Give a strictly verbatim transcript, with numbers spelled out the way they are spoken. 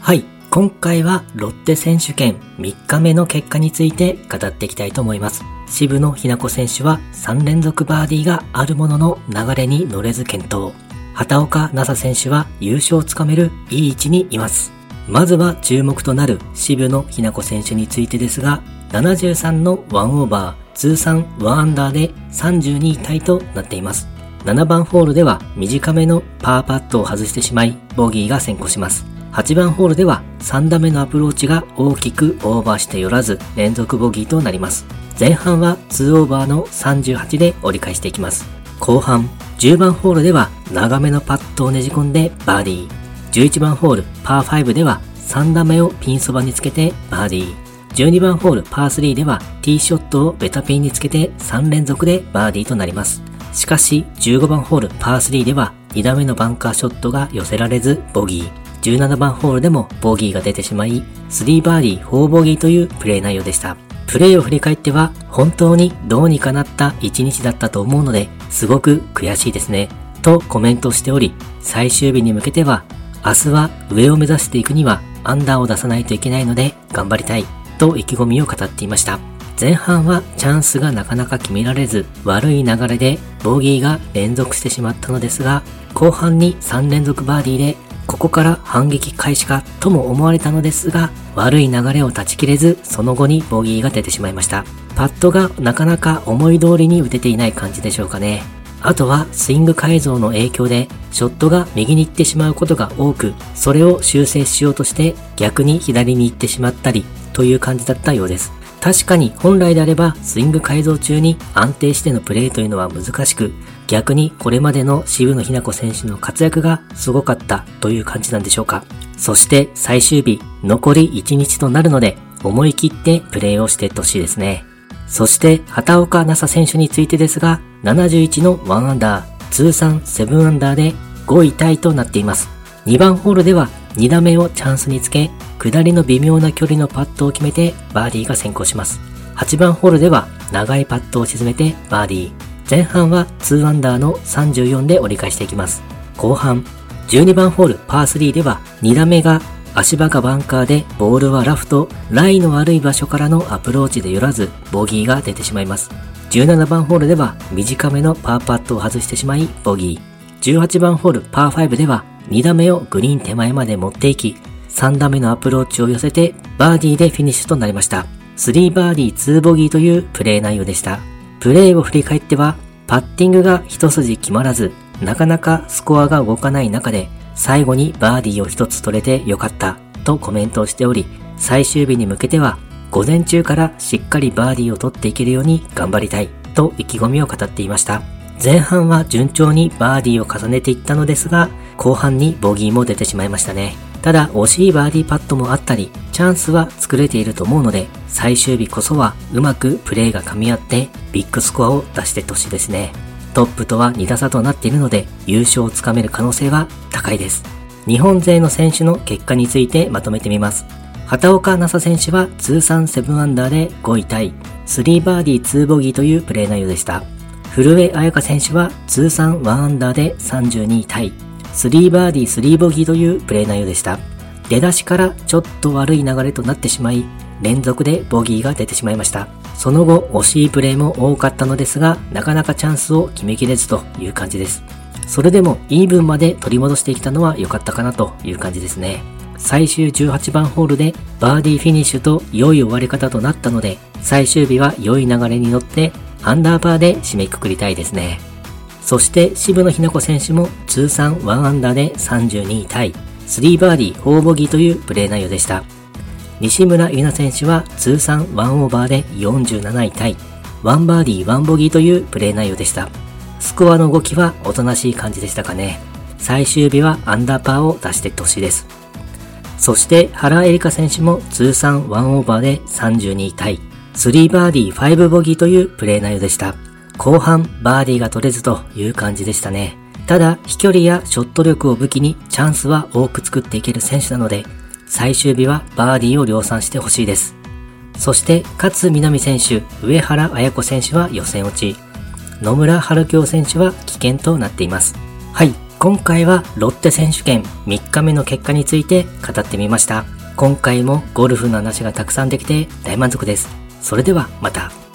はい、今回はロッテ選手権みっかめの結果について語っていきたいと思います。渋野日向子選手はさん連続バーディーがあるものの流れに乗れず健闘。畑岡奈紗選手は優勝をつかめるいい位置にいます。まずは注目となる渋野日向子選手についてですが、ななじゅうさんのワンオーバー、通算いちアンダーでさんじゅうにいタイとなっています。ななばんホールでは短めのパーパットを外してしまい、ボギーが先行します。はちばんホールではさん打目のアプローチが大きくオーバーして寄らず、連続ボギーとなります。前半はにオーバーのさんじゅうはちで折り返していきます。後半、じゅうばんホールでは長めのパットをねじ込んでバーディー。じゅういちばんホールパーごではさん打目をピンそばにつけてバーディー。じゅうにばんホールパースリーではティーショットをベタピンにつけてさん連続でバーディーとなります。しかしじゅうごばんホールパースリーではに打目のバンカーショットが寄せられずボギー。じゅうななばんホールでもボギーが出てしまい、さんバーディーよんボギーというプレー内容でした。プレーを振り返っては本当にどうにかなった一日だったと思うので、すごく悔しいですねとコメントしており、最終日に向けては明日は上を目指していくにはアンダーを出さないといけないので頑張りたいと意気込みを語っていました。前半はチャンスがなかなか決められず、悪い流れでボギーが連続してしまったのですが、後半にさん連続バーディーでここから反撃開始かとも思われたのですが、悪い流れを断ち切れず、その後にボギーが出てしまいました。パットがなかなか思い通りに打てていない感じでしょうかね。あとはスイング改造の影響でショットが右に行ってしまうことが多く、それを修正しようとして逆に左に行ってしまったりという感じだったようです。確かに本来であればスイング改造中に安定してのプレーというのは難しく、逆にこれまでの渋野日向子選手の活躍がすごかったという感じなんでしょうか。そして最終日、残りいちにちとなるので思い切ってプレーをしていってほしいですね。そして畑岡奈紗選手についてですが、ななじゅういちのワンアンダー、通算ななアンダーでごいタイとなっています。にばんホールではに打目をチャンスにつけ、下りの微妙な距離のパットを決めてバーディーが先行します。はちばんホールでは長いパットを沈めてバーディー。前半はにアンダーのさんじゅうよんで折り返していきます。後半、じゅうにばんホールパースリーではに打目が足場がバンカーでボールはラフとライの悪い場所からのアプローチで寄らずボギーが出てしまいます。じゅうななばんホールでは短めのパーパットを外してしまいバーディー。じゅうはちばんホールパーごではに打目をグリーン手前まで持っていき、さん打目のアプローチを寄せてバーディーでフィニッシュとなりました。さんバーディーにボギーというプレー内容でした。プレーを振り返ってはパッティングが一筋決まらず、なかなかスコアが動かない中で最後にバーディーを一つ取れてよかったとコメントをしており、最終日に向けては午前中からしっかりバーディーを取っていけるように頑張りたいと意気込みを語っていました。前半は順調にバーディーを重ねていったのですが、後半にボギーも出てしまいましたね。ただ惜しいバーディーパットもあったり、チャンスは作れていると思うので、最終日こそはうまくプレーが噛み合ってビッグスコアを出していってほしいですね。トップとはに打差となっているので、優勝をつかめる可能性は高いです。日本勢の選手の結果についてまとめてみます。畑岡奈紗選手は通算ななアンダーでごいタイ、さんバーディーにボギーというプレー内容でした。古江彩佳選手は通算いちアンダーでさんじゅうにいタイ、さんバーディーさんボギーというプレー内容でした。出だしからちょっと悪い流れとなってしまい、連続でボギーが出てしまいました。その後惜しいプレーも多かったのですが、なかなかチャンスを決めきれずという感じです。それでもイーブンまで取り戻してきたのは良かったかなという感じですね。最終じゅうはちばんホールでバーディーフィニッシュと良い終わり方となったので、最終日は良い流れに乗ってアンダーパーで締めくくりたいですね。そして渋野日向子選手も通算いちアンダーでさんじゅうにいタイ、さんバーディーよんボギーというプレー内容でした。西村優菜選手は通算いちオーバーでよんじゅうなないタイ、いちバーディーいちボギーというプレー内容でした。スコアの動きはおとなしい感じでしたかね。最終日はアンダーパーを出していってほしいです。そして原英莉花選手も通算いちオーバーでさんじゅうにいタイ、さんバーディーごボギーというプレー内容でした。後半バーディーが取れずという感じでしたね。ただ飛距離やショット力を武器にチャンスは多く作っていける選手なので、最終日はバーディーを量産してほしいです。そして勝みなみ選手、上原綾子選手は予選落ち、野村春京選手は棄権となっています。はい、 今回はロッテ選手権みっかめの結果について語ってみました。今回もゴルフの話がたくさんできて大満足です。それではまた。